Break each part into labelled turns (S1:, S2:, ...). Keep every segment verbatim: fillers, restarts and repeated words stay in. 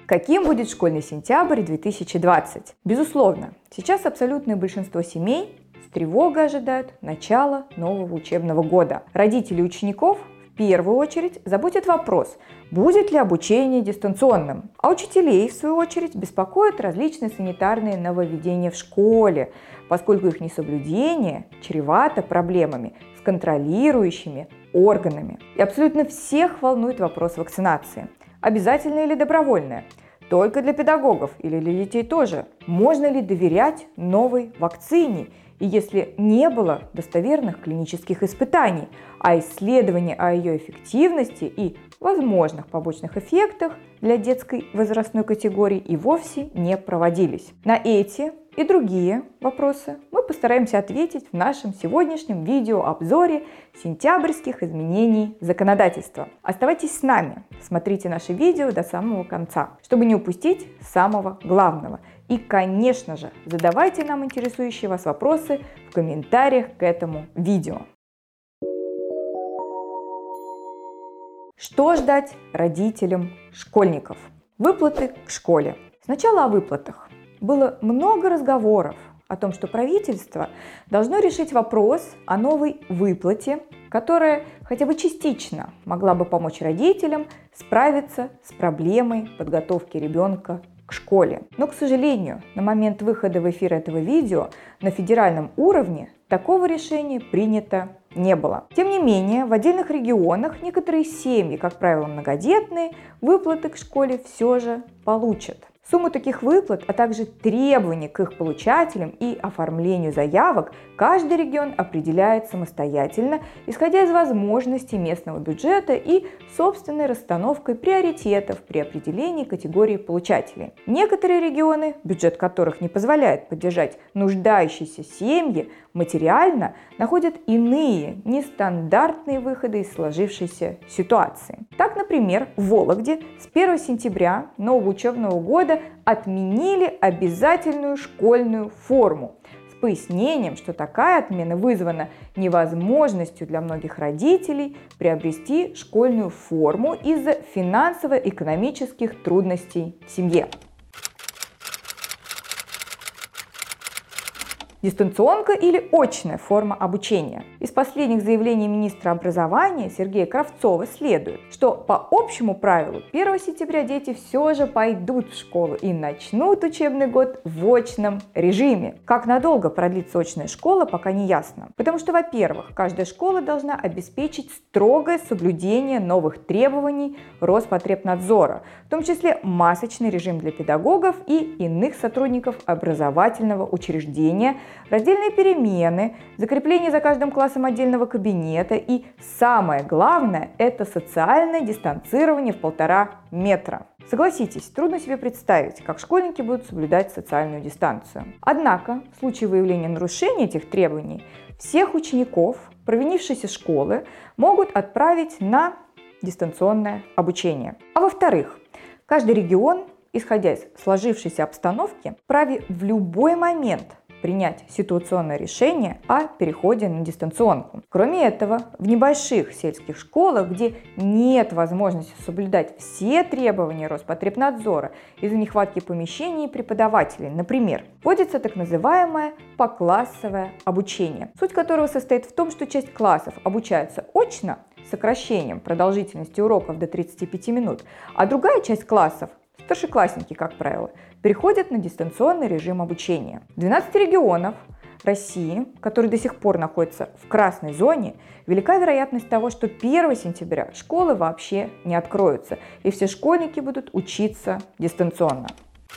S1: Каким будет школьный сентябрь две тысячи двадцать? Безусловно, сейчас абсолютное большинство семей с тревогой ожидают начала нового учебного года. Родители учеников в первую очередь заботит вопрос, будет ли обучение дистанционным. А учителей, в свою очередь, беспокоят различные санитарные нововведения в школе, поскольку их несоблюдение чревато проблемами с контролирующими органами. И абсолютно всех волнует вопрос вакцинации. Обязательная или добровольная? Только для педагогов или для детей тоже? Можно ли доверять новой вакцине? И если не было достоверных клинических испытаний, а исследования о ее эффективности и возможных побочных эффектах для детской возрастной категории и вовсе не проводились. На эти и другие вопросы мы постараемся ответить в нашем сегодняшнем видеообзоре сентябрьских изменений законодательства. Оставайтесь с нами, смотрите наши видео до самого конца, чтобы не упустить самого главного. И, конечно же, задавайте нам интересующие вас вопросы в комментариях к этому видео. Что ждать родителям школьников? Выплаты к школе. Сначала о выплатах. Было много разговоров о том, что правительство должно решить вопрос о новой выплате, которая хотя бы частично могла бы помочь родителям справиться с проблемой подготовки ребенка к школе. Но, к сожалению, на момент выхода в эфир этого видео на федеральном уровне такого решения принято не было. Тем не менее, в отдельных регионах некоторые семьи, как правило многодетные, выплаты к школе все же получат. Сумму таких выплат, а также требования к их получателям и оформлению заявок каждый регион определяет самостоятельно, исходя из возможностей местного бюджета и собственной расстановкой приоритетов при определении категории получателей. Некоторые регионы, бюджет которых не позволяет поддержать нуждающиеся семьи, материально находят иные, нестандартные выходы из сложившейся ситуации. Так, например, в Вологде с первого сентября нового учебного года отменили обязательную школьную форму с пояснением, что такая отмена вызвана невозможностью для многих родителей приобрести школьную форму из-за финансово-экономических трудностей в семье. Дистанционка или очная форма обучения? Из последних заявлений министра образования Сергея Кравцова следует, что по общему правилу первого сентября дети все же пойдут в школу и начнут учебный год в очном режиме. Как надолго продлится очная школа, пока не ясно. Потому что, во-первых, каждая школа должна обеспечить строгое соблюдение новых требований Роспотребнадзора, в том числе масочный режим для педагогов и иных сотрудников образовательного учреждения, раздельные перемены, закрепление за каждым классом отдельного кабинета и, самое главное, это социальное дистанцирование в полтора метра. Согласитесь, трудно себе представить, как школьники будут соблюдать социальную дистанцию. Однако, в случае выявления нарушения этих требований, всех учеников провинившейся школы могут отправить на дистанционное обучение. А во-вторых, каждый регион, исходя из сложившейся обстановки, вправе в любой момент принять ситуационное решение о переходе на дистанционку. Кроме этого, в небольших сельских школах, где нет возможности соблюдать все требования Роспотребнадзора из-за нехватки помещений и преподавателей, например, вводится так называемое поклассовое обучение, суть которого состоит в том, что часть классов обучается очно с сокращением продолжительности уроков до тридцати пяти минут, а другая часть классов, старшеклассники, как правило, переходят на дистанционный режим обучения. В двенадцати регионах России, которые до сих пор находятся в красной зоне, велика вероятность того, что первого сентября школы вообще не откроются, и все школьники будут учиться дистанционно.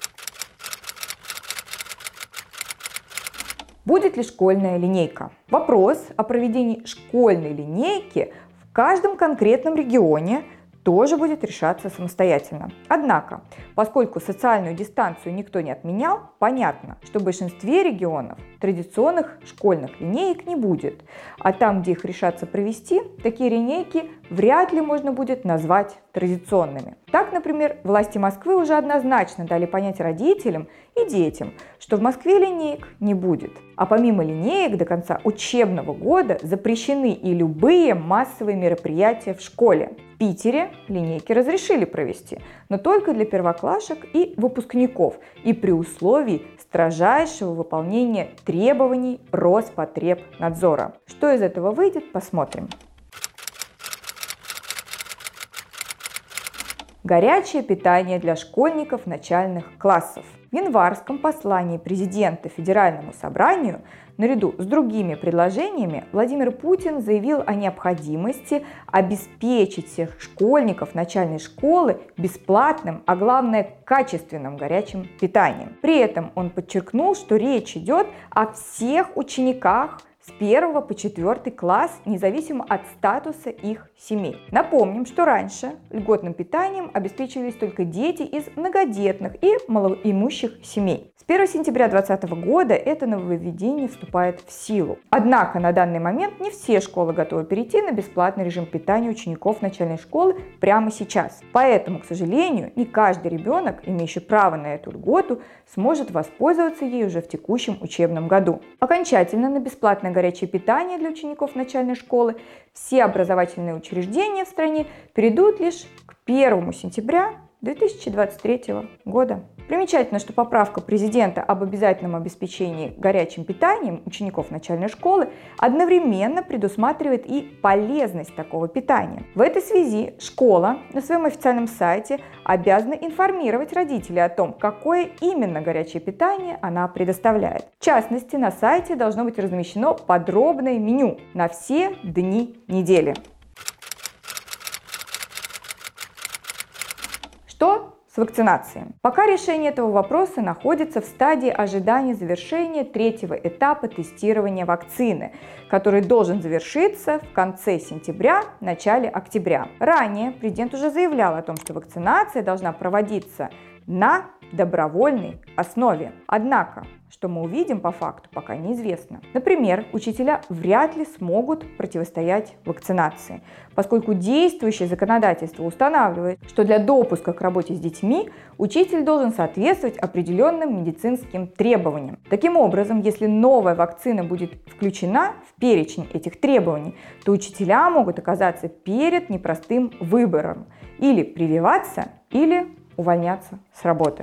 S1: Будет ли школьная линейка? Вопрос о проведении школьной линейки в каждом конкретном регионе тоже будет решаться самостоятельно. Однако, поскольку социальную дистанцию никто не отменял, понятно, что в большинстве регионов традиционных школьных линеек не будет. А там, где их решатся провести, такие линейки вряд ли можно будет назвать традиционными. Так, например, власти Москвы уже однозначно дали понять родителям и детям, что в Москве линеек не будет. А помимо линеек до конца учебного года запрещены и любые массовые мероприятия в школе. В Питере линейки разрешили провести, но только для первоклашек и выпускников, и при условии строжайшего выполнения требований Роспотребнадзора. Что из этого выйдет, посмотрим. Горячее питание для школьников начальных классов. В январском послании президента Федеральному собранию наряду с другими предложениями Владимир Путин заявил о необходимости обеспечить всех школьников начальной школы бесплатным, а главное качественным горячим питанием. При этом он подчеркнул, что речь идет о всех учениках с первого по четвертый класс, независимо от статуса их семей. Напомним, что раньше льготным питанием обеспечивались только дети из многодетных и малоимущих семей. С первого сентября две тысячи двадцатого года это нововведение вступает в силу. Однако на данный момент не все школы готовы перейти на бесплатный режим питания учеников начальной школы прямо сейчас. Поэтому, к сожалению, не каждый ребенок, имеющий право на эту льготу, сможет воспользоваться ей уже в текущем учебном году. Окончательно на бесплатное горячее питание для учеников начальной школы все образовательные учреждения в стране перейдут лишь к первому сентября две тысячи двадцать третьего года. Примечательно, что поправка президента об обязательном обеспечении горячим питанием учеников начальной школы одновременно предусматривает и полезность такого питания. В этой связи школа на своем официальном сайте обязана информировать родителей о том, какое именно горячее питание она предоставляет. В частности, на сайте должно быть размещено подробное меню на все дни недели. Что с вакцинацией? Пока решение этого вопроса находится в стадии ожидания завершения третьего этапа тестирования вакцины, который должен завершиться в конце сентября, начале октября. Ранее президент уже заявлял о том, что вакцинация должна проводиться на добровольной основе. Однако, что мы увидим по факту, пока неизвестно. Например, учителя вряд ли смогут противостоять вакцинации, поскольку действующее законодательство устанавливает, что для допуска к работе с детьми учитель должен соответствовать определенным медицинским требованиям. Таким образом, если новая вакцина будет включена в перечень этих требований, то учителя могут оказаться перед непростым выбором: или прививаться, или увольняться с работы.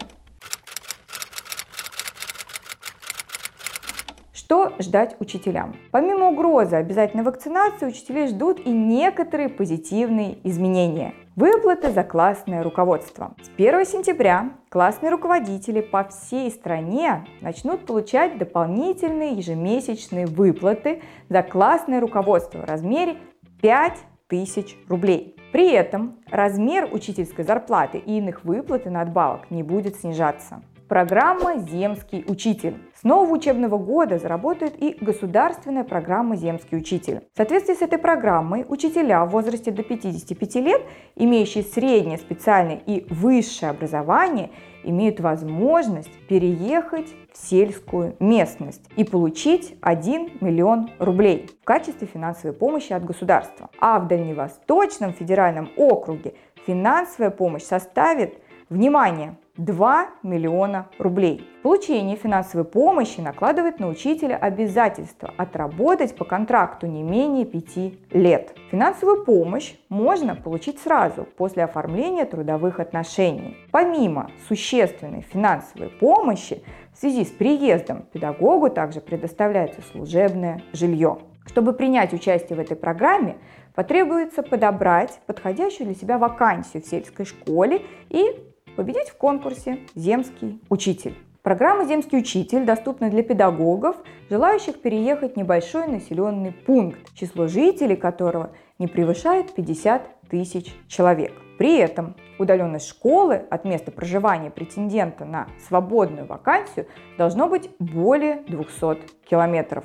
S1: Что ждать учителям? Помимо угрозы обязательной вакцинации, учителей ждут и некоторые позитивные изменения. Выплаты за классное руководство. С первого сентября классные руководители по всей стране начнут получать дополнительные ежемесячные выплаты за классное руководство в размере пять тысяч рублей. При этом размер учительской зарплаты и иных выплат и надбавок не будет снижаться. Программа «Земский учитель». С нового учебного года заработает и государственная программа «Земский учитель». В соответствии с этой программой учителя в возрасте до пятидесяти пяти лет, имеющие среднее, специальное и высшее образование, имеют возможность переехать в сельскую местность и получить один миллион рублей в качестве финансовой помощи от государства. А в Дальневосточном федеральном округе финансовая помощь составит, внимание, два миллиона рублей. Получение финансовой помощи накладывает на учителя обязательство отработать по контракту не менее пяти лет. Финансовую помощь можно получить сразу после оформления трудовых отношений. Помимо существенной финансовой помощи, в связи с приездом педагогу также предоставляется служебное жилье. Чтобы принять участие в этой программе, потребуется подобрать подходящую для себя вакансию в сельской школе и победить в конкурсе «Земский учитель». Программа «Земский учитель» доступна для педагогов, желающих переехать в небольшой населенный пункт, число жителей которого не превышает пятьдесят тысяч человек. При этом удаленность школы от места проживания претендента на свободную вакансию должно быть более двухсот километров.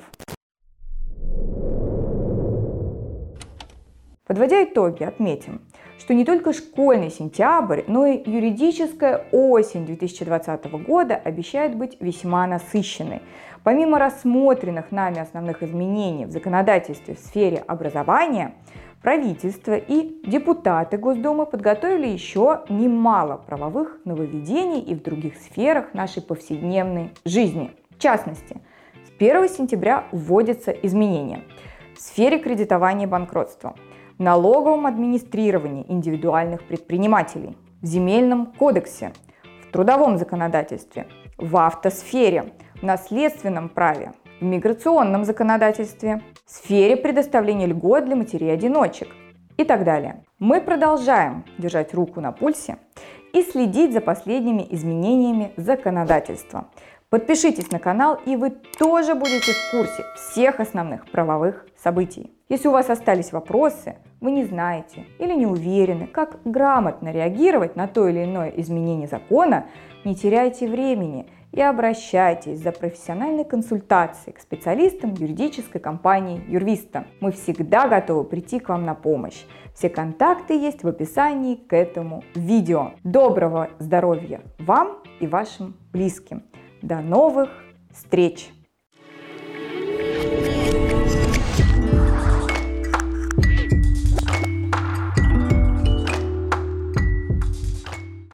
S1: Подводя итоги, отметим, что не только школьный сентябрь, но и юридическая осень две тысячи двадцатого года обещает быть весьма насыщенной. Помимо рассмотренных нами основных изменений в законодательстве в сфере образования, Правительство и депутаты Госдумы подготовили еще немало правовых нововведений и в других сферах нашей повседневной жизни. В частности, с первого сентября вводятся изменения в сфере кредитования и банкротства, в налоговом администрировании индивидуальных предпринимателей, в земельном кодексе, в трудовом законодательстве, в автосфере, в наследственном праве, в миграционном законодательстве, в сфере предоставления льгот для матерей-одиночек и так далее. Мы продолжаем держать руку на пульсе и следить за последними изменениями законодательства. Подпишитесь на канал, и вы тоже будете в курсе всех основных правовых событий. Если у вас остались вопросы, вы не знаете или не уверены, как грамотно реагировать на то или иное изменение закона, не теряйте времени и обращайтесь за профессиональной консультацией к специалистам юридической компании Юрвиста. Мы всегда готовы прийти к вам на помощь. Все контакты есть в описании к этому видео. Доброго здоровья вам и вашим близким. До новых встреч!